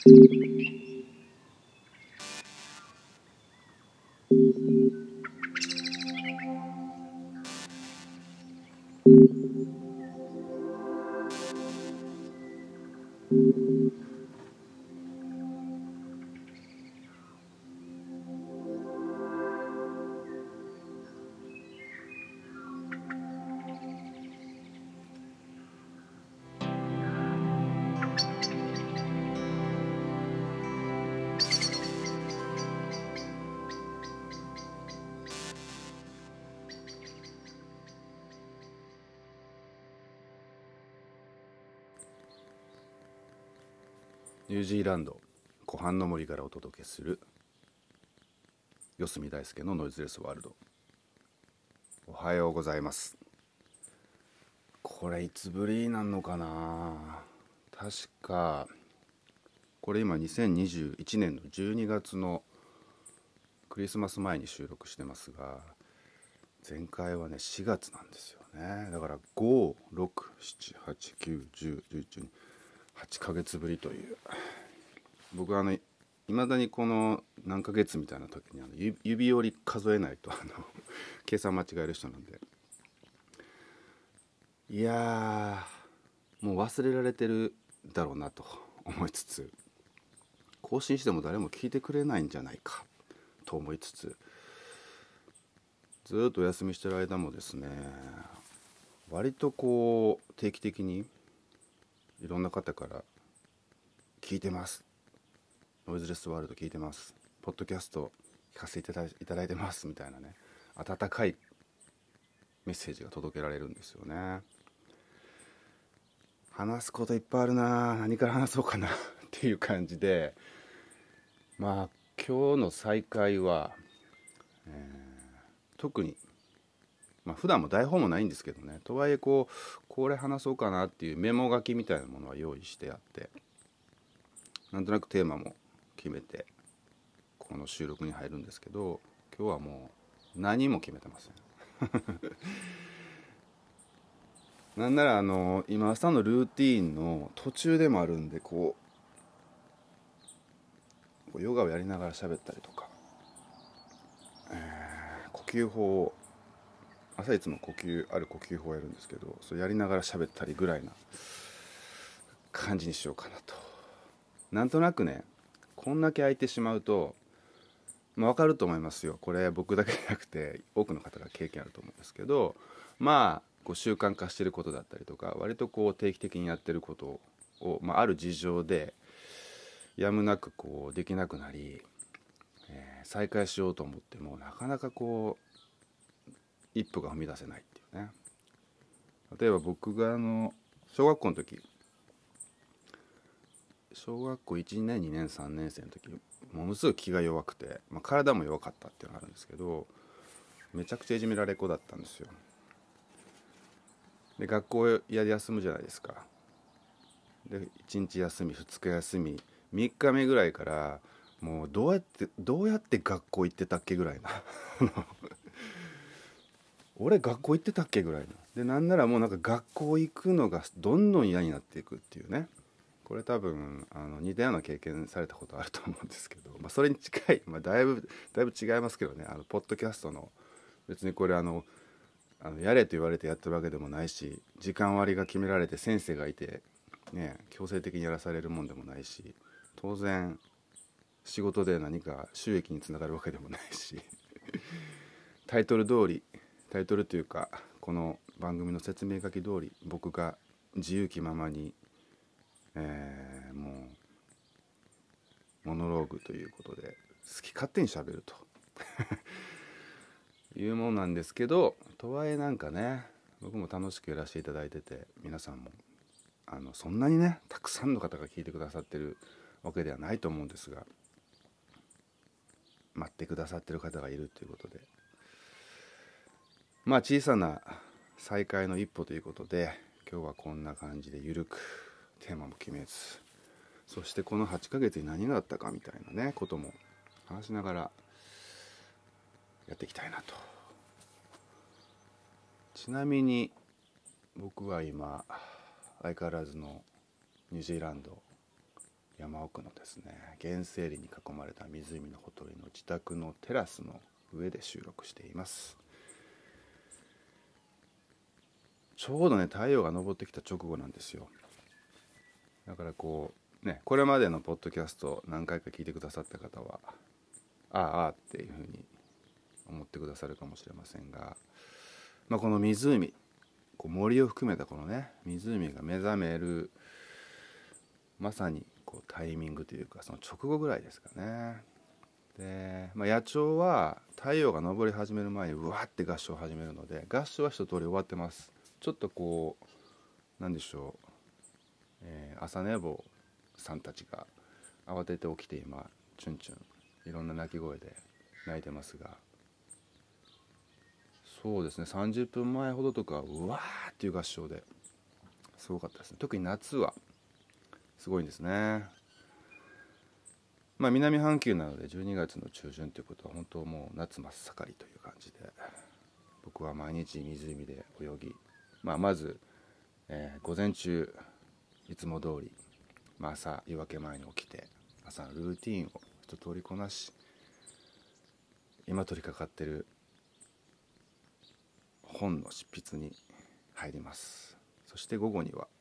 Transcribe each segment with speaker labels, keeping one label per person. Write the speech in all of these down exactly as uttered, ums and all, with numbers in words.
Speaker 1: ニュージーランド湖畔の森からお届けする四隅大輔のノイズレスワールド。おはようございます。これいつぶりになんのかな。確かこれ今にせんにじゅういちねんのじゅうにがつのクリスマス前に収録してますが、前回はねしがつなんですよね。だからご、ろく、しち、はち、きゅう、じゅう、じゅういち、じゅうに、はちかげつぶりという。僕はあのいまだにこの何ヶ月みたいな時にあの指折り数えないとあの計算間違える人なんで、いやーもう忘れられてるだろうなと思いつつ、更新しても誰も聞いてくれないんじゃないかと思いつつ、ずっとお休みしてる間もですね、割とこう定期的にいろんな方から聞いてます、ノイズレスワールド聞いてます、ポッドキャスト聞かせていただいいただいてますみたいなね、温かいメッセージが届けられるんですよね。話すこといっぱいあるな、何から話そうかなっていう感じで、まあ今日の再会は、えー、特にまあ普段も台本もないんですけどね、とはいえこうこれ話そうかなっていうメモ書きみたいなものは用意してあって、なんとなくテーマも決めてこの収録に入るんですけど、今日はもう何も決めてませんなんならあの今朝のルーティーンの途中でもあるんで、こうヨガをやりながら喋ったりとか、えー、呼吸法を朝いつも呼吸ある呼吸法をやるんですけど、それやりながら喋ったりぐらいな感じにしようかなと。なんとなくね、こんだけ空いてしまうと、まあ、分かると思いますよ。これ僕だけじゃなくて多くの方が経験あると思うんですけど、まあこう習慣化してることだったりとか、割とこう定期的にやってることを、まあ、ある事情でやむなくこうできなくなり、えー、再開しようと思ってもなかなかこう一歩が踏み出せないっていうね。例えば僕があの小学校の時、小学校いちねんにねんさんねん生の時、ものすごい気が弱くて、まあ、体も弱かったっていうのがあるんですけど、めちゃくちゃいじめられっ子だったんですよ。で学校嫌で休むじゃないですか。でいちにち休みふつか休みみっかめぐらいからもうどうやってどうやって学校行ってたっけぐらいな俺学校行ってたっけぐらいな。でなんならもうなんか学校行くのがどんどん嫌になっていくっていうね。これ多分あの似たような経験されたことあると思うんですけど、まあ、それに近い、まあ、だいぶだいぶ違いますけどね。あのポッドキャストの別にこれあのあのやれと言われてやってるわけでもないし、時間割が決められて先生がいてね、強制的にやらされるもんでもないし、当然仕事で何か収益につながるわけでもないしタイトル通り、タイトルというかこの番組の説明書き通り、僕が自由気ままに、えー、もうモノローグということで好き勝手にしゃべるというものなんですけど、とはいえなんかね、僕も楽しくやらせていただいてて、皆さんもあのそんなにねたくさんの方が聞いてくださってるわけではないと思うんですが、待ってくださってる方がいるということで、まあ小さな再会の一歩ということで、今日はこんな感じでゆるくテーマも決めず、そしてこのはちかげつに何があったかみたいなねことも話しながらやっていきたいなと。ちなみに僕は今相変わらずのニュージーランド山奥のですね原生林に囲まれた湖のほとりの自宅のテラスの上で収録しています。ちょうどね太陽が昇ってきた直後なんですよ。だからこうねこれまでのポッドキャスト何回か聞いてくださった方はああああっていうふうに思ってくださるかもしれませんが、まあ、この湖こう森を含めたこのね湖が目覚めるまさにこうタイミングというかその直後ぐらいですかね。で、まあ、野鳥は太陽が昇り始める前にうわって合唱を始めるので合唱は一通り終わってます。ちょっとこうなんでしょう、えー、朝寝坊さんたちが慌てて起きて今チュンチュンいろんな鳴き声で鳴いてますが、そうですねさんじゅっぷんまえほどとかうわーっていう合唱ですごかったですね。特に夏はすごいんですね。まあ南半球なのでじゅうにがつの中旬ということは本当もう夏真っ盛りという感じで、僕は毎日湖で泳ぎ、まあ、まず、えー、午前中いつも通り、まあ、朝夜明け前に起きて朝のルーティンを一通りこなし、今取り掛かってる本の執筆に入ります。そして午後には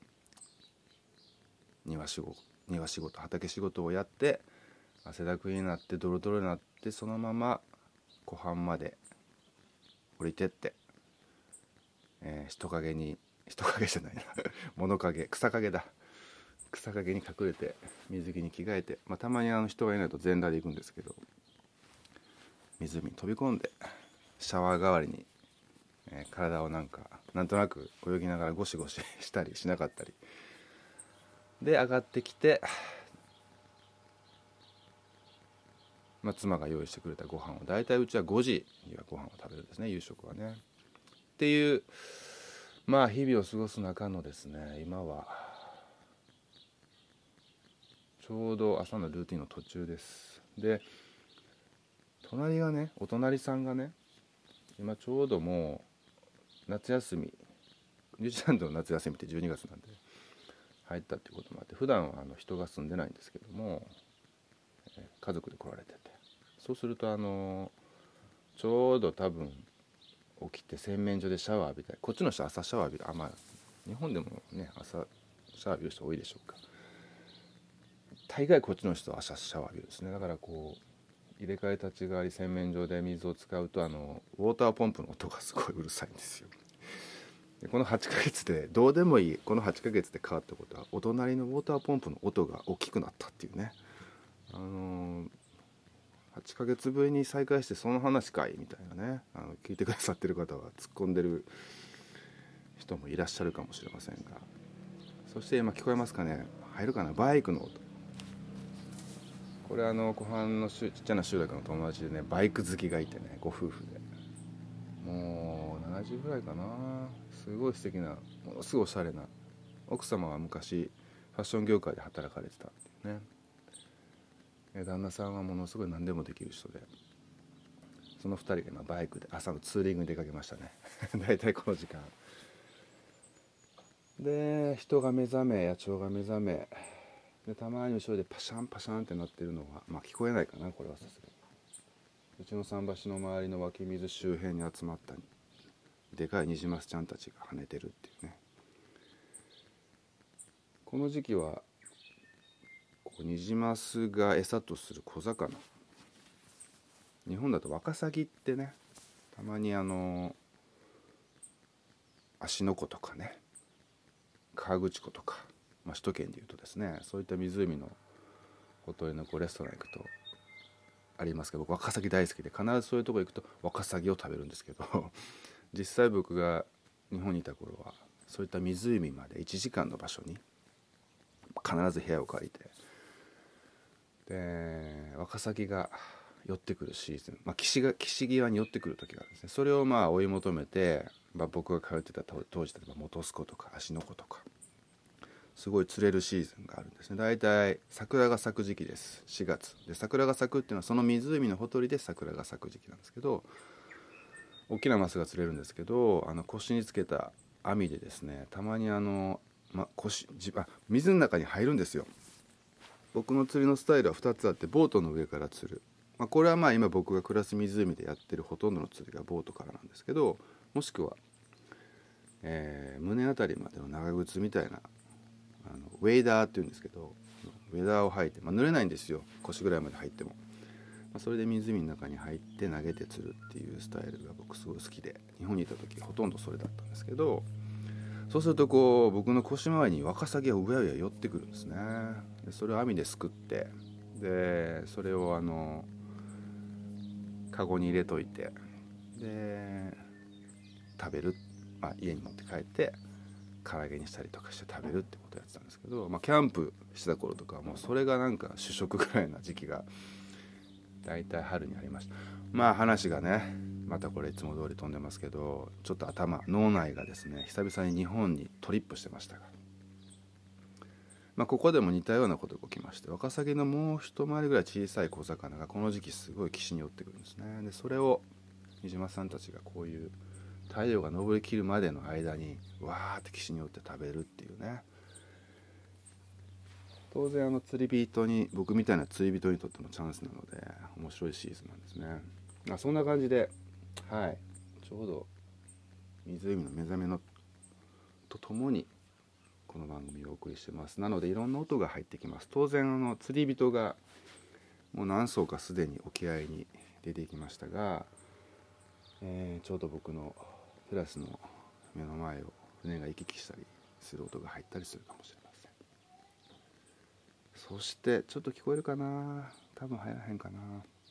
Speaker 1: 庭仕事、庭仕事畑仕事をやって汗だくになってドロドロになって、そのまま湖畔まで降りてって、えー、人影に人影じゃないな物陰草陰だ草陰に隠れて水着に着替えて、まあ、たまにあの人がいないと全裸で行くんですけど、湖に飛び込んでシャワー代わりに、えー、体をなんかなんとなく泳ぎながらゴシゴシしたりしなかったりで上がってきて、まあ、妻が用意してくれたご飯をだいたいうちはごじにはご飯を食べるんですね、夕食はね。っていうまあ日々を過ごす中のですね、今はちょうど朝のルーティンの途中です。で隣がねお隣さんがね今ちょうどもう夏休み、ニュージーランドの夏休みってじゅうにがつなんで入ったっていうこともあって、普段はあの人が住んでないんですけども、えー家族で来られてて、そうするとあのちょうど多分起きて洗面所でシャワー浴びたり、こっちの人朝シャワー浴びる、あまあ日本でもね朝シャワー浴びる人多いでしょうか。大概こっちの人は朝シャワー浴びるですね。だからこう入れ替え立ち代わり洗面所で水を使うとあのウォーターポンプの音がすごいうるさいんですよ。でこのはちかげつでどうでもいいこのはちかげつで変わったことは、お隣のウォーターポンプの音が大きくなったっていうね。あのー、はちかげつぶりに再会してその話かいみたいなね、あの聞いてくださってる方は突っ込んでる人もいらっしゃるかもしれませんが、そして今聞こえますかね、入るかな、バイクの音。これあの湖畔のちっちゃな集落の友達でねバイク好きがいてね、ご夫婦でもうななじゅうぐらいかな、すごい素敵なものすごいおしゃれな、奥様は昔ファッション業界で働かれてたっていうね、旦那さんはものすごい何でもできる人で、そのふたりが今バイクで朝のツーリングに出かけましたねだいたいこの時間で、人が目覚め野鳥が目覚めで、たまに後ろでパシャンパシャンって鳴ってるのはまあ聞こえないかな、これはさすがに。うちの桟橋の周りの湧き水周辺に集まったでかいニジマスちゃんたちが跳ねてるっていうね。この時期はこうニジマスが餌とする小魚、日本だとワカサギってね、たまにあの芦ノ湖とかね河口湖とか、まあ、首都圏でいうとですね、そういった湖のほとりのこうレストラン行くとありますけど、僕ワカサギ大好きで必ずそういうとこ行くとワカサギを食べるんですけど実際僕が日本にいた頃はそういった湖までいちじかんの場所に必ず部屋を借りて、でワカサギが寄ってくるシーズン、まあ、岸が岸際に寄ってくる時があるんですね。それをまあ追い求めて、まあ、僕が通ってた当時、例えば本栖湖とか芦ノ湖とかすごい釣れるシーズンがあるんですね。だいたい桜が咲く時期です。しがつで桜が咲くっていうのはその湖のほとりで桜が咲く時期なんですけど、大きなマスが釣れるんですけど、あの腰につけた網でですね、たまにあの、ま、腰じあ水の中に入るんですよ。 僕の釣りのスタイルはふたつあって、ボートの上から釣る、まあ、これはまあ今僕が暮らす湖でやってるほとんどの釣りがボートからなんですけど、もしくは、えー、胸あたりまでの長靴みたいなあのウェイダーっていうんですけど、ウェイダーを履いて、まあ、濡れないんですよ、腰ぐらいまで入っても。まあ、それで湖の中に入って投げて釣るっていうスタイルが僕すごい好きで、日本にいた時ほとんどそれだったんですけど、そうするとこう僕の腰回りにワカサギがうやうや寄ってくるんですね。でそれを網ですくって、でそれをあのカゴに入れといて、で食べる、まあ、家に持って帰って唐揚げにしたりとかして食べるってことをやってたんですけど、まあ、キャンプしてた頃とかはもうそれがなんか主食ぐらいな時期がだいたい春にありました。まあ話がねまたこれいつも通り飛んでますけど、ちょっと頭脳内がですね久々に日本にトリップしてましたが、まあ、ここでも似たようなことが起きまして、ワカサギのもう一回りぐらい小さい小魚がこの時期すごい岸に寄ってくるんですね。でそれを飯島さんたちがこういう太陽が昇りきるまでの間にわーって岸に寄って食べるっていうね。当然あの釣り人に、僕みたいな釣り人にとってもチャンスなので面白いシーズンなんですね。あそんな感じで、はい、ちょうど湖の目覚めのとともにこの番組をお送りしてます。なのでいろんな音が入ってきます。当然あの釣り人がもう何艘かすでに沖合に出ていきましたが、えー、ちょうど僕のテラスの目の前を船が行き来したりする音が入ったりするかもしれません。そしてちょっと聞こえるかな、多分入らへんかな。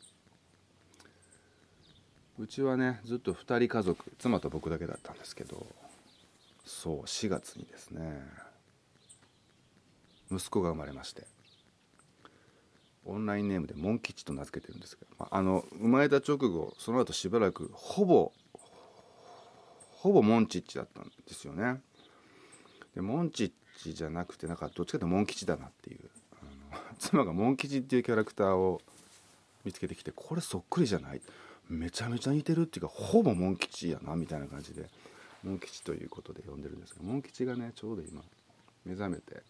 Speaker 1: うちはねずっとふたり家族、妻と僕だけだったんですけど、そうしがつにですね息子が生まれまして、オンラインネームでモン吉と名付けてるんですけど、あの生まれた直後その後しばらくほぼほぼモンチッチだったんですよね。でモンチッチじゃなくてなんかどっちかというとモン吉だなっていう、あの妻がモン吉っていうキャラクターを見つけてきて、これそっくりじゃない、めちゃめちゃ似てるっていうかほぼモン吉やなみたいな感じでモン吉ということで呼んでるんですが、モン吉がねちょうど今目覚めて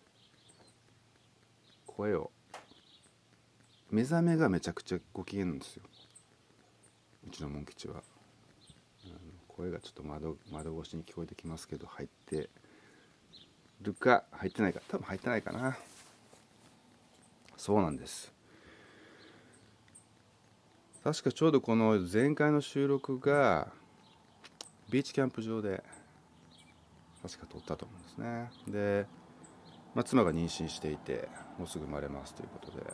Speaker 1: 声を、目覚めがめちゃくちゃご機嫌なんですようちのモン吉は。声がちょっと 窓, 窓越しに聞こえてきますけど、入ってるか入ってないか、多分入ってないかな。そうなんです。確かちょうどこの前回の収録がビーチキャンプ場で確か撮ったと思うんですね。で、まあ、妻が妊娠していてもうすぐ生まれますということで、で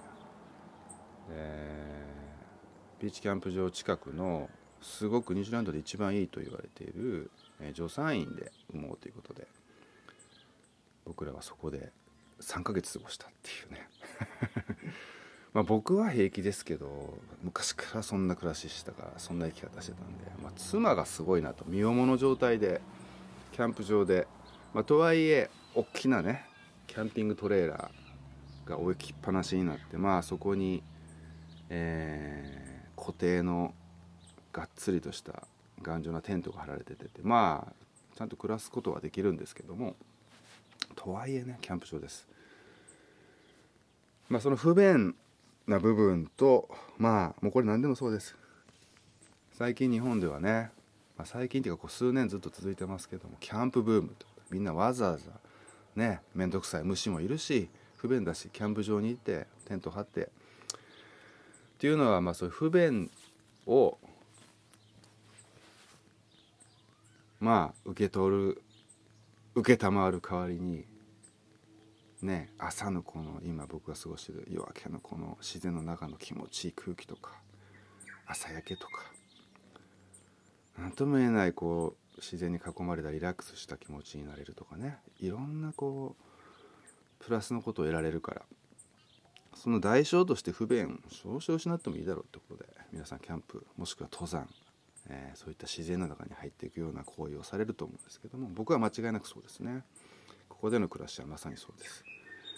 Speaker 1: ビーチキャンプ場近くのすごくニュージーランドで一番いいと言われている助産院で産もうということで、僕らはそこでさんかげつ過ごしたっていうねまあ僕は平気ですけど、昔からそんな暮らししてたから、そんな生き方してたんで、まあ、妻がすごいなと、身重の状態でキャンプ場で、まあ、とはいえ大きなねキャンピングトレーラーが置きっぱなしになって、まあそこに、えー、固定のがっつりとした頑丈なテントが張られてて、まあちゃんと暮らすことはできるんですけども、とはいえねキャンプ場です。まあその不便な部分と、まあもうこれ何でもそうです。最近日本ではね、まあ、最近っていうかこう数年ずっと続いてますけども、キャンプブームってことでみんなわざわざね、めんどくさい虫もいるし不便だし、キャンプ場に行ってテント張ってっていうのは、まあそういう不便をまあ受け取る、受けたまわる代わりにね、朝のこの今僕が過ごしている夜明けのこの自然の中の気持ちいい空気とか朝焼けとか、なんとも言えないこう自然に囲まれたリラックスした気持ちになれるとかね、いろんなこうプラスのことを得られるから、その代償として不便少々失ってもいいだろうってことで、皆さんキャンプもしくは登山、えー、そういった自然の中に入っていくような行為をされると思うんですけども、僕は間違いなくそうですね。ここでの暮らしはまさにそうです。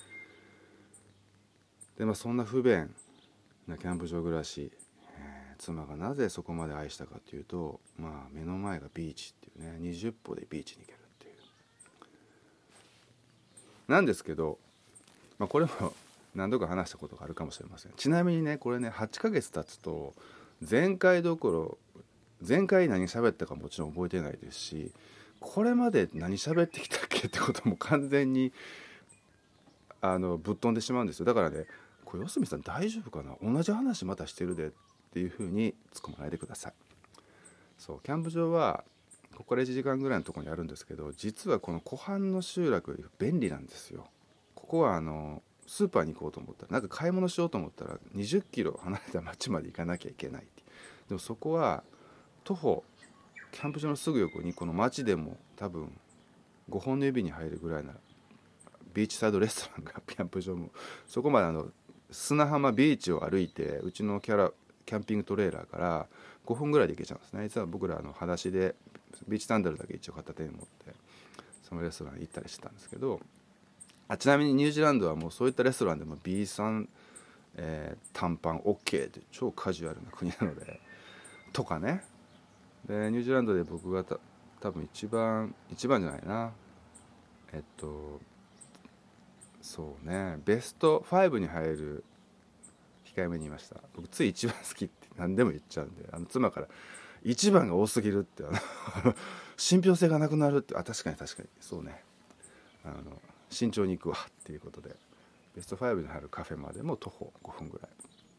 Speaker 1: で、まあ、そんな不便なキャンプ場暮らし、えー、妻がなぜそこまで愛したかというと、まあ、目の前がビーチっていうね、にじゅっぽでビーチに行けるっていうなんですけど、まあ、これも何度か話したことがあるかもしれません。ちなみにねこれねはちかげつ経つと前回どころ前回何喋ったかもちろん覚えてないですし、これまで何喋ってきたっけってことも完全にあのぶっ飛んでしまうんですよ。だからねこれ四隅さん大丈夫かな、同じ話またしてるでっていう風に突っ込まないでください。そうキャンプ場はここからいちじかんぐらいのところにあるんですけど、実はこの湖畔の集落より便利なんですよ。ここはあのスーパーに行こうと思ったら、なんか買い物しようと思ったらにじゅっキロ離れた町まで行かなきゃいけない。でもそこは徒歩キャンプ場のすぐ横にこの町でも多分ごほんの指に入るぐらいなビーチサイドレストランがキャンプ場もそこまであの砂浜ビーチを歩いてうちのキャラキャンピングトレーラーからごふんぐらいで行けちゃうんですね。実は僕らあの裸足でビーチサンダルだけ一応片手に持ってそのレストランに行ったりしてたんですけど、あちなみにニュージーランドはもうそういったレストランでも ビーさん、えー、短パン OK って超カジュアルな国なのでとかね。でニュージーランドで僕がた多分一番一番じゃないなえっとそうねベストごに入る控えめに言いました。僕つい一番好きって何でも言っちゃうんで、あの妻から一番が多すぎるってあの信憑性がなくなるって、あ確かに確かにそうね、あの慎重に行くわっていうことでベストごに入るカフェまでも徒歩ごふんぐらい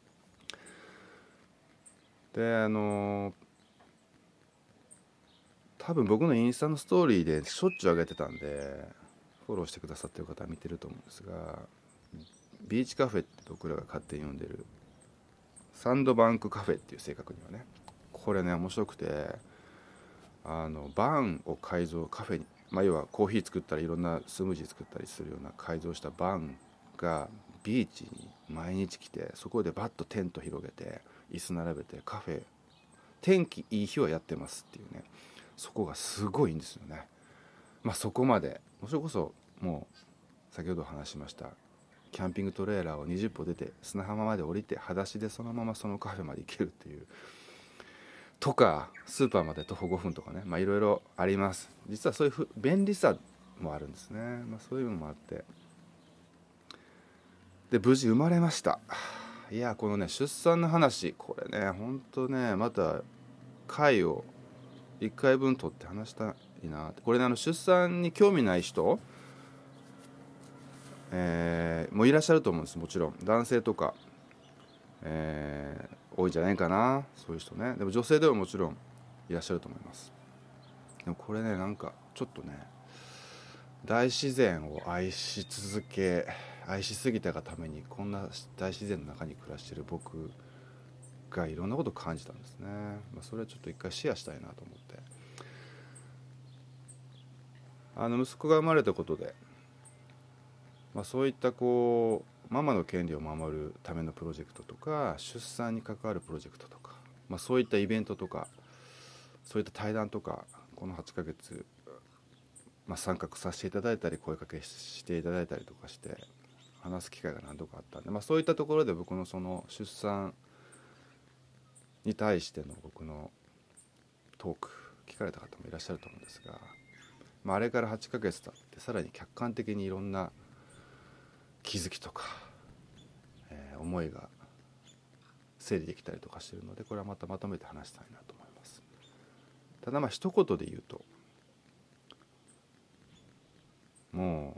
Speaker 1: で、あの多分僕のインスタのストーリーでしょっちゅう上げてたんでフォローしてくださってる方は見てると思うんですが、ビーチカフェって僕らが勝手に呼んでるサンドバンクカフェっていう正確にはね、これね面白くて、あのバンを改造カフェに、まあ、要はコーヒー作ったりいろんなスムージー作ったりするような改造したバンがビーチに毎日来て、そこでバッとテント広げて椅子並べてカフェ天気いい日はやってますっていうね、そこがすごいいいんですよね。まあそこまでそれこそもう先ほど話しましたキャンピングトレーラーをにじゅっぽ出て砂浜まで降りて裸足でそのままそのカフェまで行けるっていうとか、スーパーまで徒歩ごふんとかね、まあいろいろあります。実はそういう便利さもあるんですね。まあそういうのもあって、で無事生まれました。いやこのね出産の話これねほんとねまた回をいっかいぶん取って話したいな。これねあの出産に興味ない人、えー、もういらっしゃると思うんです。もちろん男性とか、えー、多いんじゃないかなそういう人ね。でも女性ではもちろんいらっしゃると思います。でもこれねなんかちょっとね大自然を愛し続け愛しすぎたがためにこんな大自然の中に暮らしている僕がいろんなことを感じたんですね。まあ、それはちょっと一回シェアしたいなと思って、あの息子が生まれたことで、まあ、そういったこうママの権利を守るためのプロジェクトとか出産に関わるプロジェクトとか、まあ、そういったイベントとかそういった対談とかこのはちかげつ、まあ、参画させていただいたり声かけしていただいたりとかして話す機会が何度かあったんで、まあ、そういったところで僕のその出産に対しての僕のトーク聞かれた方もいらっしゃると思うんですが、まあ、あれからはちかげつ経ってさらに客観的にいろんな気づきとか、えー、思いが整理できたりとかしているので、これはまたまとめて話したいなと思います。ただまあ一言で言うともう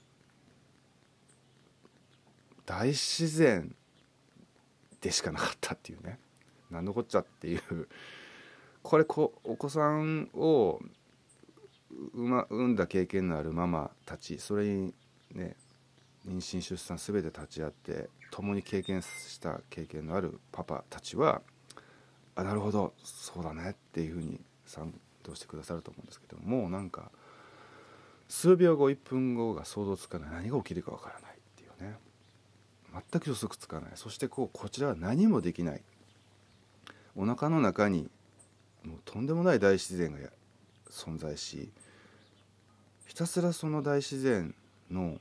Speaker 1: 大自然でしかなかったっていうね、何のこっちゃっていうこれこお子さんを産、ま、産んだ経験のあるママたち、それにね妊娠出産全て立ち会って共に経験した経験のあるパパたちはあなるほどそうだねっていうふうに賛同してくださると思うんですけど、もうなんか数秒後いっぷんごが想像つかない、何が起きるかわからないっていうね、全く予測つかない。そしてこうこちらは何もできない、お腹の中にもうとんでもない大自然が存在し、ひたすらその大自然の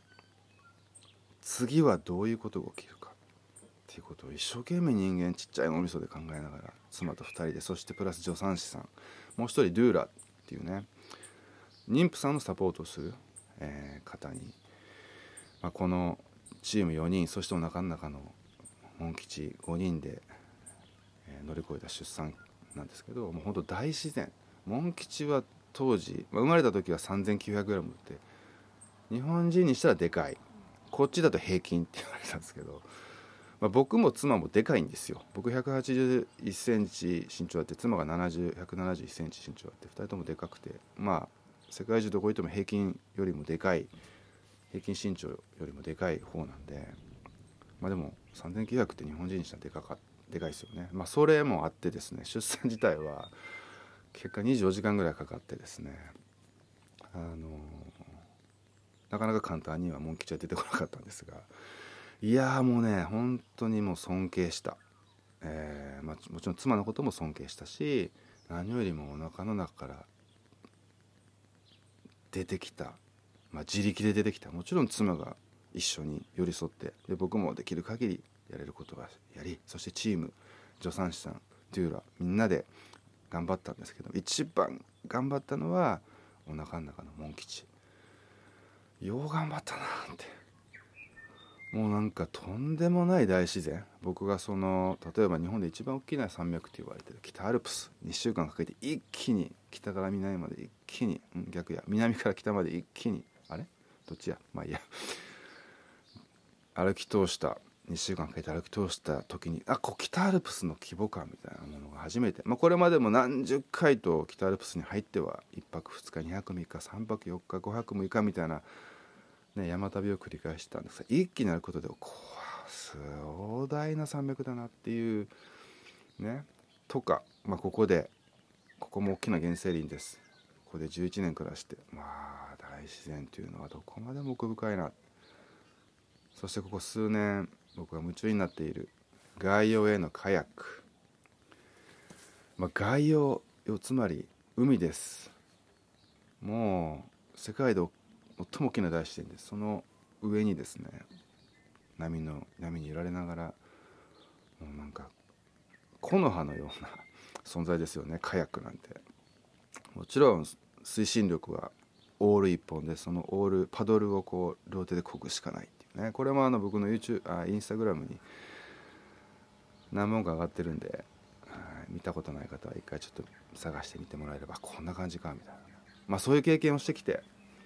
Speaker 1: 次はどういうことが起きるかっていうことを一生懸命人間ちっちゃい脳みそで考えながら妻とふたりで、そしてプラス助産師さんもう一人ドゥーラっていうね妊婦さんのサポートをする、えー、方に、まあ、このチームよにん、そしてお腹の中のモン吉ごにんで、えー乗り越えた出産なんですけど、もう本当大自然。モン吉は当時、まあ、生まれた時は さんぜんきゅうひゃくグラム って日本人にしたらでかい、こっちだと平均って言われたんですけど、まあ、僕も妻もでかいんですよ。僕ひゃくはちじゅういっセンチ身長あって、妻がななじゅう、ひゃくななじゅういっセンチ身長あって、ふたりともでかくて、まあ世界中どこ行っても平均よりもでかい、平均身長よりもでかい方なんで、まあでもさんぜんきゅうひゃくって日本人にしたらでかかでかいですよね。まあそれもあってですね、出産自体は結果にじゅうよじかんぐらいかかってですね、あのなかなか簡単にはモン吉は出てこなかったんですが、いやーもうね本当にもう尊敬した、えーまあ、もちろん妻のことも尊敬したし、何よりもお腹の中から出てきた、まあ、自力で出てきた、もちろん妻が一緒に寄り添って、で僕もできる限りやれることはやり、そしてチーム助産師さんデューラみんなで頑張ったんですけど、一番頑張ったのはお腹の中のモン吉。よう頑張ったなって、もうなんかとんでもない大自然。僕がその例えば日本で一番大きな山脈と言われてる北アルプスにしゅうかんかけて一気に北から南まで一気に、うん、逆や南から北まで一気に、あれどっちやまあいいや、歩き通したにしゅうかんかけて歩き通した時に、あこう北アルプスの規模感みたいなものが初めて、まあ、これまでも何十回と北アルプスに入ってはいっぱくふつかにはくみっかさんぱくよっかごはくむいかみたいな、ね、山旅を繰り返したんですが、一気になることでこう壮大な山脈だなっていうね、とか、まあ、ここでここも大きな原生林です。ここでじゅういちねん暮らして、まあ大自然というのはどこまでも奥深いな。そしてここ数年僕が夢中になっている外洋へのカヤック、まあ、外洋つまり海です。もう世界で最も大きな大自然です。その上にですね、波の波に揺られながら、もうなんか木の葉のような存在ですよね、カヤックなんて。もちろん推進力はオール一本で、そのオールパドルをこう両手で漕ぐしかないっていうね。これもあの僕の YouTube あインスタグラムに何本か上がってるんで、見たことない方は一回ちょっと探してみてもらえれば、こんな感じかみたいな、まあそういう経験をしてきて、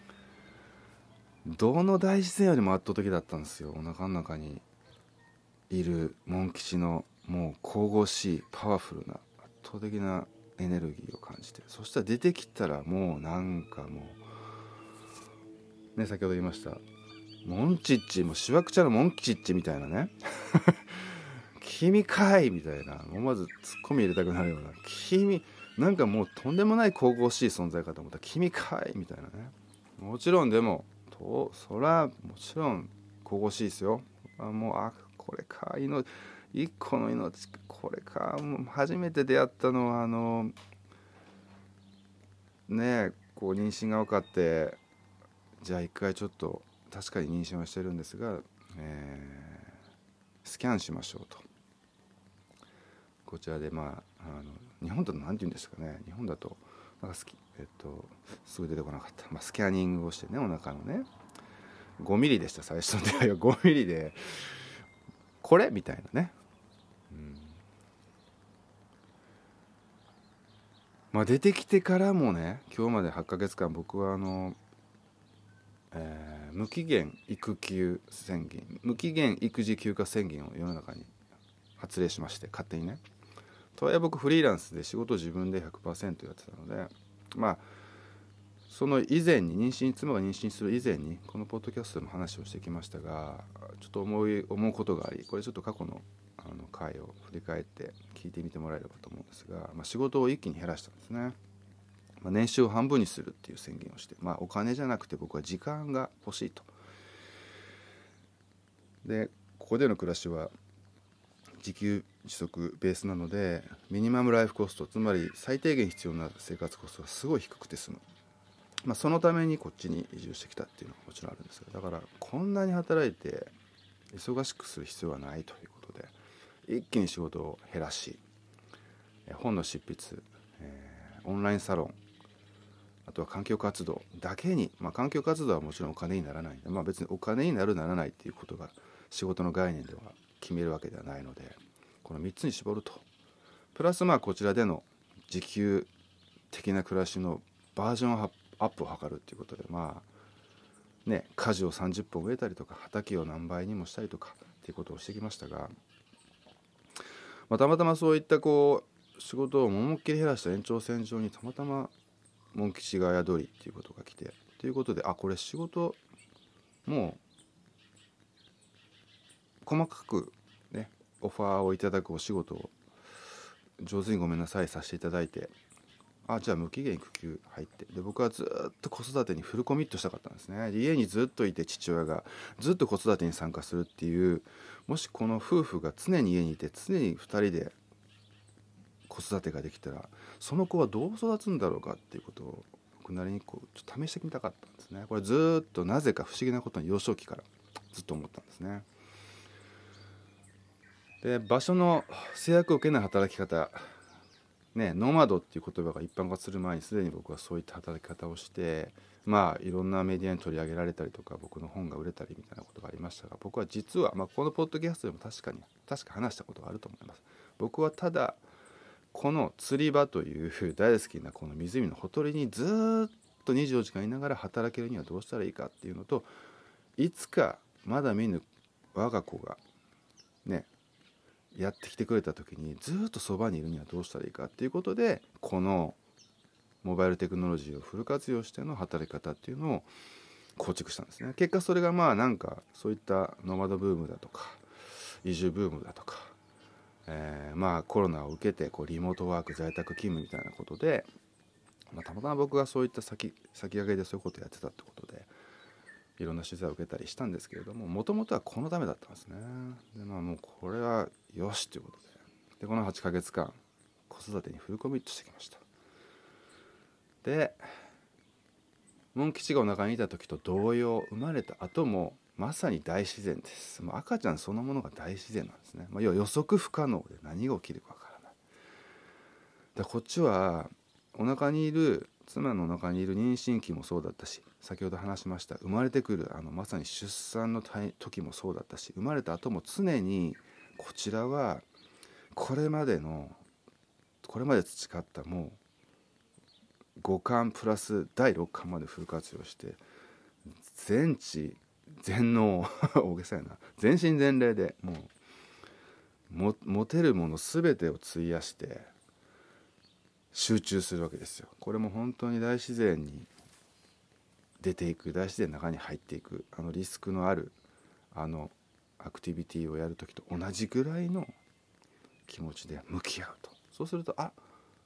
Speaker 1: どの大自然よりも圧倒的だったんですよ。お腹の中にいるモン吉のもう神々しいパワフルな圧倒的なエネルギーを感じて、そしたら出てきたらもうなんかもうね、先ほど言いましたモンチッチ、もうしわくちゃのモンチッチみたいなね君かいみたいな、思わずツッコミ入れたくなるような、君なんかもうとんでもない神々しい存在かと思ったら君かいみたいなね。もちろんでもとそらもちろん神々しいですよ。あもうあこれか命一個の命、これか。もう初めて出会ったのはあのねえこう妊娠が分かって、じゃあ一回ちょっと確かに妊娠はしてるんですが、えー、スキャンしましょうと。こちらでまあ、あの日本だと何て言うんですかね、日本だとなんかスキ、えっと、すぐ出てこなかった、まあ、スキャニングをしてね、お腹のねごミリでした、最初の出会いはごミリで、これみたいなね、うん、まあ出てきてからもね、今日まではちかげつかん僕はあの、えー、無期限育休宣言、無期限育児休暇宣言を世の中に発令しまして、勝手にね。とはいえ僕フリーランスで仕事を自分で ひゃくパーセント やってたので、まあその以前に妊娠妻が妊娠する以前にこのポッドキャストでも話をしてきましたが、ちょっと思い思うことがあり、これちょっと過去のあの回を振り返って聞いてみてもらえればと思うんですが、まあ、仕事を一気に減らしたんですね。まあ、年収を半分にするっていう宣言をして、まあ、お金じゃなくて僕は時間が欲しいと。でここでの暮らしは自給自足ベースなので、ミニマムライフコスト、つまり最低限必要な生活コストがすごい低くて済む。まあ、そのためにこっちに移住してきたっていうのはもちろんあるんですが、だからこんなに働いて忙しくする必要はないということで、一気に仕事を減らし、本の執筆、えー、オンラインサロン、 あとは環境活動だけに、まあ、環境活動はもちろんお金にならないんで、まあ、別にお金になるならないっていうことが仕事の概念では決めるわけではないので、このみっつに絞ると、プラスまあこちらでの自給的な暮らしのバージョンアップを図るっていうことで、まあね、果樹をさんじゅっぽん植えたりとか畑を何倍にもしたりとかっていうことをしてきましたが、まあ、たまたまそういったこう仕事を思いっきり減らした延長線上にたまたまモン吉が宿りっていうことが来て、ということで、あ、これ仕事もう細かくねオファーをいただくお仕事を上手にごめんなさいさせていただいて、あ、じゃあ無期限育休入って、で僕はずっと子育てにフルコミットしたかったんですね。で家にずっといて父親がずっと子育てに参加するっていう、もしこの夫婦が常に家にいて常にふたりで子育てができたら、その子はどう育つんだろうかっていうことを僕なりにこうちょっと試してみたかったんですね。これずっとなぜか不思議なことに幼少期からずっと思ったんですね。で場所の制約を受けない働き方ね、ノマドっていう言葉が一般化する前にすでに僕はそういった働き方をして、まあいろんなメディアに取り上げられたりとか僕の本が売れたりみたいなことがありましたが、僕は実は、まあ、このポッドキャストでも確かに確か話したことがあると思います。僕はただこの釣り場という大好きなこの湖のほとりにずっとにじゅうよじかんいながら働けるにはどうしたらいいかっていうのと、いつかまだ見ぬ我が子がねやってきてくれた時にずっとそばにいるにはどうしたらいいかっていうことで、このモバイルテクノロジーをフル活用しての働き方っていうのを構築したんですね。結果それがまあなんかそういったノマドブームだとか移住ブームだとか、えー、まあコロナを受けてこうリモートワーク在宅勤務みたいなことで、まあ、たまたま僕がそういった先先駆けでそういうことをやってたってことでいろんな取材を受けたりしたんですけれども、もともとはこのためだったんですね。でまあもうこれはよしということで、でこのはちかげつかん子育てにフルコミットしてきました。でモン吉がお腹にいた時と同様、生まれた後もまさに大自然です。もう赤ちゃんそのものが大自然なんですね。まあ、要は予測不可能で何が起きるかわからない。でこっちはお腹にいる妻の中にいる妊娠期もそうだったし、先ほど話しました生まれてくるあのまさに出産の時もそうだったし、生まれた後も常にこちらはこれまでのこれまで培ったもう五感プラスだいろっかんまでフル活用して全知全能大げさやな、全身全霊でもうも持てるもの全てを費やして集中するわけですよ。これも本当に大自然に出ていく、大自然の中に入っていく、あのリスクのあるあのアクティビティをやるときと同じぐらいの気持ちで向き合うと。そうすると、あ、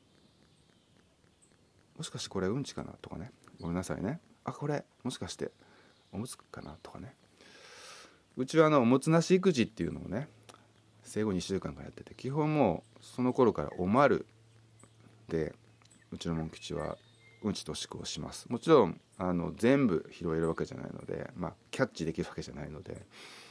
Speaker 1: もしかしてこれうんちかなとかね、ごめんなさいね、あ、これもしかしておむつかなとかね。うちはあのおもつなし育児っていうのをね生後にしゅうかんからやってて、基本もうその頃からおまるでうちのモン吉はうんちとしっこをします。もちろんあの全部拾えるわけじゃないので、まあ、キャッチできるわけじゃないので、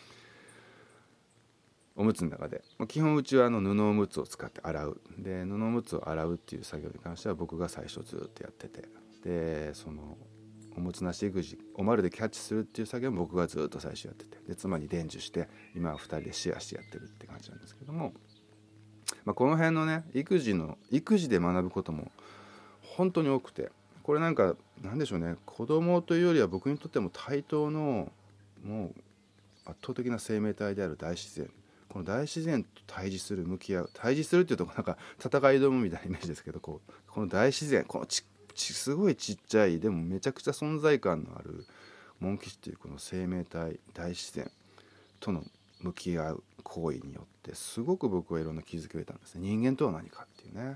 Speaker 1: おむつの中で基本うちはあの布おむつを使って洗う、で布おむつを洗うっていう作業に関しては僕が最初ずっとやってて、でそのおむつなし育児おまるでキャッチするっていう作業も僕がずっと最初やってて、で妻に伝授して今はふたりでシェアしてやってるって感じなんですけども、まあ、この辺のね育児の育児で学ぶことも本当に多くて、これなんかなんでしょうね、子供というよりは僕にとっても対等のもう圧倒的な生命体である大自然、この大自然と対峙する、向き合う、対峙するっていうとなんか戦い挑むみたいなイメージですけど、こうこの大自然、このちちすごいちっちゃいでもめちゃくちゃ存在感のあるモン吉っていうこの生命体大自然との向き合う行為によってすごく僕はいろんな気づきを得たんですね。人間とは何かっていうね。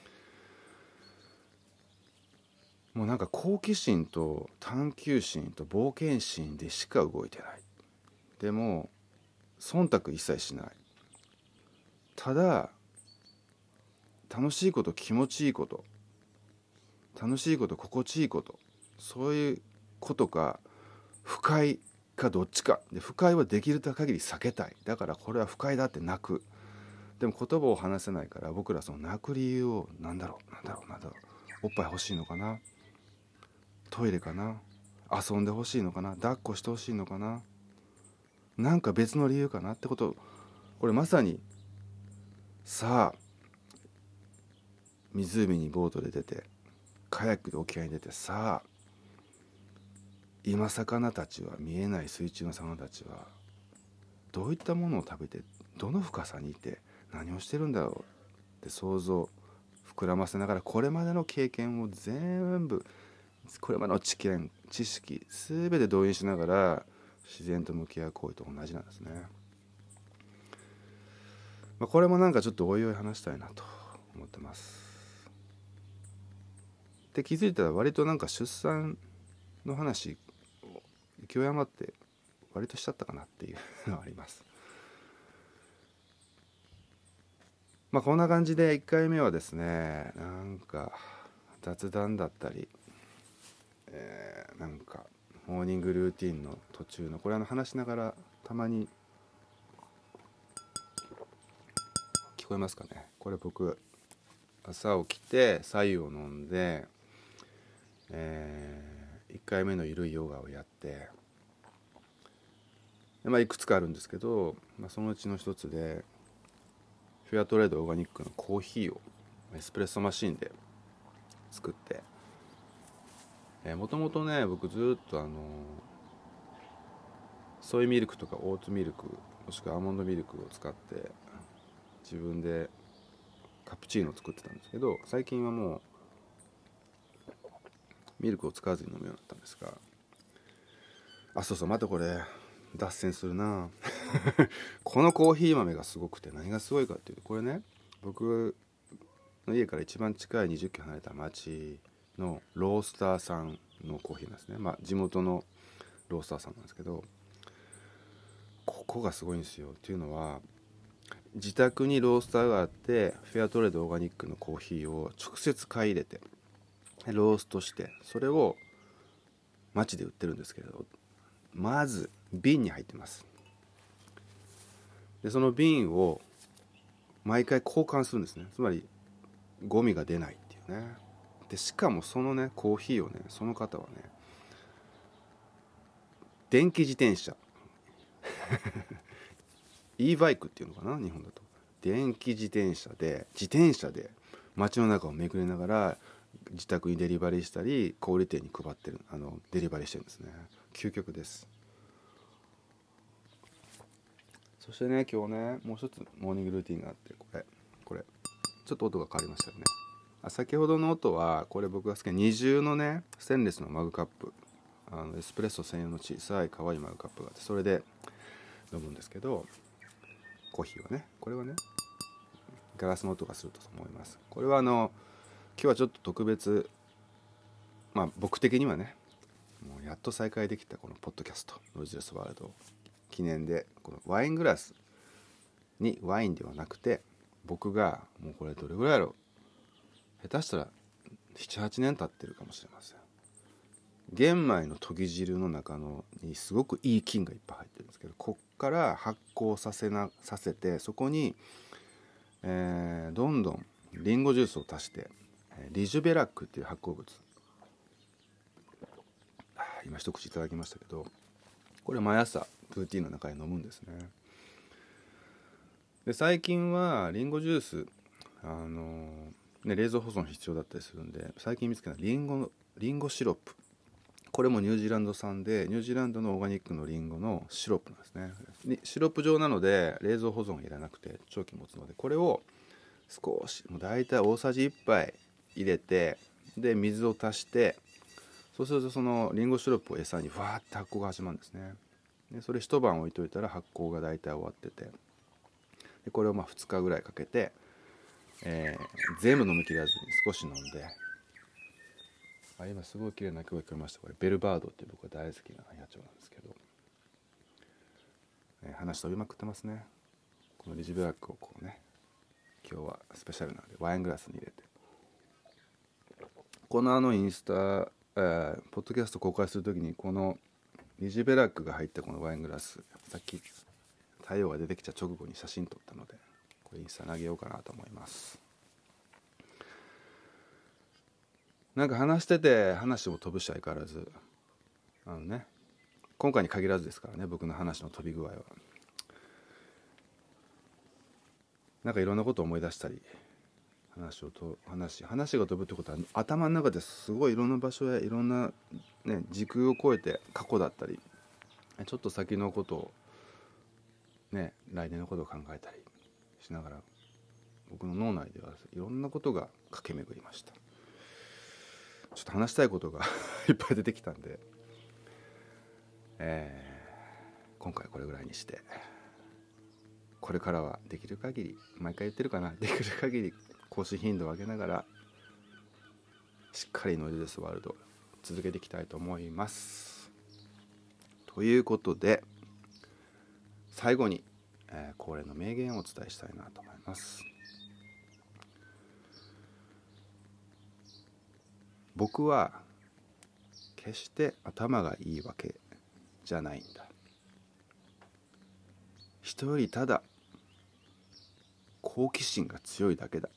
Speaker 1: もうなんか好奇心と探求心と冒険心でしか動いてない。でも忖度一切しない。ただ楽しいこと、気持ちいいこと、楽しいこと、心地いいこと、そういうことか不快かどっちかで、不快はできる限り避けたい。だからこれは不快だって泣く。でも言葉を話せないから僕らその泣く理由をなんだろうなんだろうなんだろう、おっぱい欲しいのかな、 トイレかな、遊んでほしいのかな、抱っこしてほしいのかな、なんか別の理由かなってこと、これまさにさあ湖にボートで出てカヤックで沖合に出て、さあ今魚たちは、見えない水中の魚たちはどういったものを食べて、どの深さにいて何をしてるんだろうって想像膨らませながら、これまでの経験を全部、これまでの知見知識全て動員しながら自然と向き合う行為と同じなんですね。まあ、これもなんかちょっとおいおい話したいなと思ってます。で気づいたら割となんか出産の話を勢い余って割としちゃったかなっていうのはあります。まあこんな感じでいっかいめはですね、なんか雑談だったり、えー、なんかモーニングルーティンの途中のこれあの話しながらたまに聞こえますかね。これ僕朝起きて白湯を飲んで、えー、いっかいめのゆるいヨガをやって、で、まあ、いくつかあるんですけど、まあ、そのうちの一つでフェアトレードオーガニックのコーヒーをエスプレッソマシンで作って、もともとね僕ずっとあのソイミルクとかオーツミルクもしくはアーモンドミルクを使って自分でカプチーノを作ってたんですけど、最近はもうミルクを使わずに飲むようになったんですが、あそうそうまたこれ脱線するなこのコーヒー豆がすごくて、何がすごいかっていうと、これね僕の家から一番近いにじゅっキロ離れた町のロースターさんのコーヒーなんですね。まあ地元のロースターさんなんですけど、ここがすごいんですよ。っていうのは自宅にロースターがあって、フェアトレードオーガニックのコーヒーを直接買い入れてローストして、それを街で売ってるんですけれど、まず瓶に入ってます。でその瓶を毎回交換するんですね。つまりゴミが出ないっていうね。でしかもそのねコーヒーをね、その方はね電気自転車e バイクっていうのかな日本だと、電気自転車で自転車で街の中を巡りながら自宅にデリバリーしたり小売店に配ってる、あのデリバリーしてるんですね。究極です。そしてね今日ねもう一つモーニングルーティンがあって、これこれちょっと音が変わりましたよね。あ先ほどの音はこれ僕が好きな二重のねステンレスのマグカップ、あのエスプレッソ専用の小さい可愛いマグカップがあって、それで飲むんですけど、コーヒーはね、これはねガラスの音がすると思います。これはあの今日はちょっと特別、まあ僕的にはねもうやっと再開できたこのポッドキャストノイズレスワールド記念で、このワイングラスにワインではなくて、僕がもうこれどれぐらいやろう、下手したらななはちねん経ってるかもしれません。玄米のとぎ汁の中のにすごくいい菌がいっぱい入ってるんですけど、こっから発酵させなさせて、そこに、えー、どんどんリンゴジュースを足して、リジュベラックっていう発酵物、今一口いただきましたけど、これ毎朝ルーティンの中に飲むんですね。で最近はリンゴジュース、あのーね、冷蔵保存必要だったりするんで、最近見つけたリンゴリンゴシロップ、これもニュージーランド産で、ニュージーランドのオーガニックのリンゴのシロップなんですね。シロップ状なので冷蔵保存がいらなくて長期持つので、これを少しもう大体大さじいっぱい入れて、で水を足して、そうするとそのリンゴシロップを餌にふわーって発酵が始まるんですね。でそれ一晩置いといたら発酵が大体終わってて、でこれをまあふつかぐらいかけて、えー、全部飲みきらずに少し飲んで、あ今すごい綺麗な曲が聞こえました。これベルバードっていう僕が大好きな野鳥なんですけど、えー、話飛びまくってますね。このリジベラックをこうね、今日はスペシャルなのでワイングラスに入れて、このあのインスタ、えー、ポッドキャスト公開するときにこのリジベラックが入ったこのワイングラス、さっき太陽が出てきた直後に写真撮ったので、これインスタに上げようかなと思います。 なんか話してて話も飛ぶし相変わらず、あのね今回に限らずですからね、僕の話の飛び具合はなんかいろんなことを思い出したり、話をと話話が飛ぶってことは頭の中ですごいいろんな場所やいろんな、ね、時空を超えて過去だったりちょっと先のことをね来年のことを考えたりしながら、僕の脳内ではいろんなことが駆け巡りました。ちょっと話したいことがいっぱい出てきたんで、えー、今回これぐらいにして、これからはできる限り、毎回言ってるかな、できる限り更新頻度を上げながらしっかりノイズレスワールド続けていきたいと思います。ということで最後に、えー、恒例の名言をお伝えしたいなと思います。僕は決して頭がいいわけじゃないんだ。人よりただ好奇心が強いだけだ。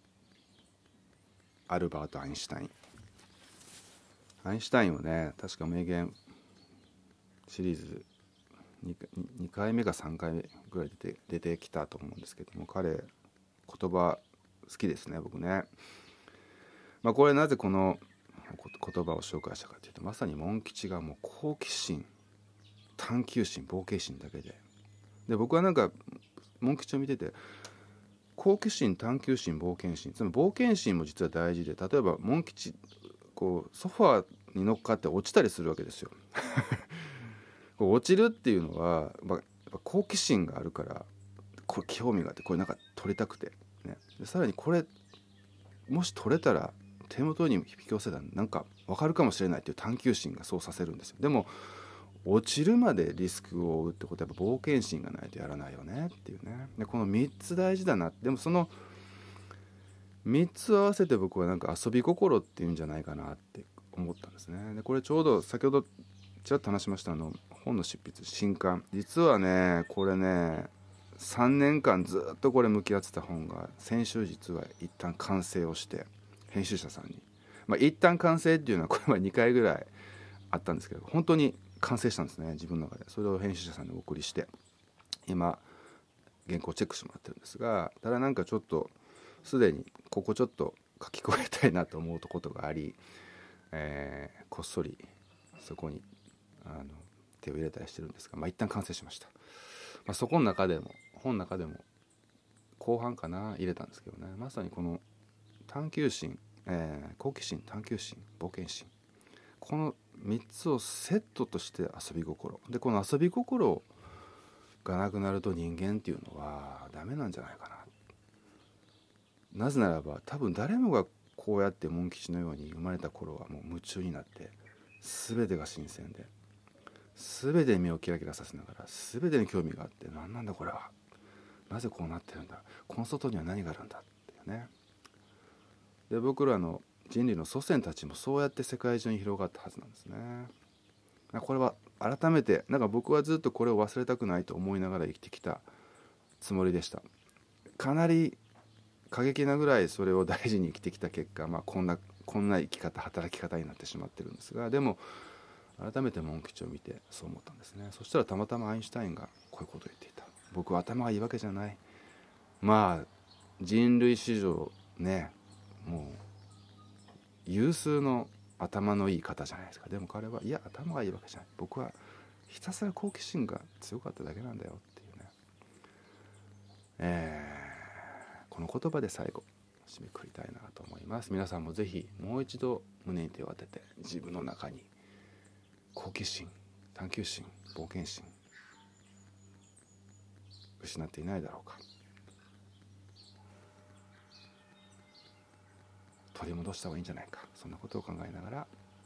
Speaker 1: アルバート・アインシュタイン。アインシュタインはね、確か名言シリーズ 2, 2回目かさんかいめぐらい出て出てきたと思うんですけども、彼言葉好きですね、僕ね。まあこれなぜこの言葉を紹介したかというと、まさにモン吉がもう好奇心、探求心、冒険心だけで、で僕はなんかモン吉を見てて、好奇心、探求心、冒険心、つまり冒険心も実は大事で、例えばモン吉こうソファーに乗っかって落ちたりするわけですよこう落ちるっていうのは、まあ、やっぱ好奇心があるから、これ興味があって、これなんか取りたくて、ね、でさらにこれもし取れたら手元に引き寄せたらなんか分かるかもしれないっていう探求心がそうさせるんですよ。でも落ちるまでリスクを負うってことはやっぱ冒険心がないとやらないよねっていうね。でこのみっつ大事だな。でもそのみっつ合わせて僕はなんか遊び心っていうんじゃないかなって思ったんですね。でこれちょうど先ほどちらっと話しましたあの本の執筆新刊、実はねこれねさんねんかんずっとこれ向き合ってた本が先週実は一旦完成をして、編集者さんに、まあ、一旦完成っていうのはこれはにかいぐらいあったんですけど、本当に完成したんですね、自分の中で。それを編集者さんにお送りして今原稿チェックしてもらってるんですが、ただなんかちょっとすでにここちょっと書き加えたいなと思うことがあり、えー、こっそりそこにあの手を入れたりしてるんですが、まあ、一旦完成しました。まあ、そこの中でも本の中でも後半かな入れたんですけどね、まさにこの探求心、えー、好奇心、探求心、冒険心、このみっつをセットとして遊び心で、この遊び心がなくなると人間っていうのはダメなんじゃないかな。なぜならば多分誰もがこうやってモン吉のように生まれた頃はもう夢中になって全てが新鮮で全て目をキラキラさせながら全てに興味があって、何なんだこれは、なぜこうなってるんだ、この外には何があるんだっていうね。で僕らの人類の祖先たちもそうやって世界中に広がったはずなんですね。これは改めてなんか僕はずっとこれを忘れたくないと思いながら生きてきたつもりでした。かなり過激なぐらいそれを大事に生きてきた結果、まあ、こんなこんな生き方働き方になってしまってるんですが、でも改めてモン吉を見てそう思ったんですね。そしたらたまたまアインシュタインがこういうことを言っていた。僕は頭がいいわけじゃない、まあ人類史上ねもう有数の頭のいい方じゃないですか。でも彼はいや頭がいいわけじゃない、僕はひたすら好奇心が強かっただけなんだよっていうね、えー、この言葉で最後締めくくりたいなと思います。皆さんもぜひもう一度胸に手を当てて、自分の中に好奇心、探求心、冒険心失っていないだろうか、取り戻した方がいいんじゃないか、そんなことを考えながら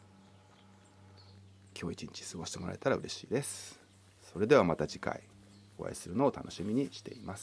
Speaker 1: 今日一日過ごしてもらえたら嬉しいです。それではまた次回お会いするのを楽しみにしています。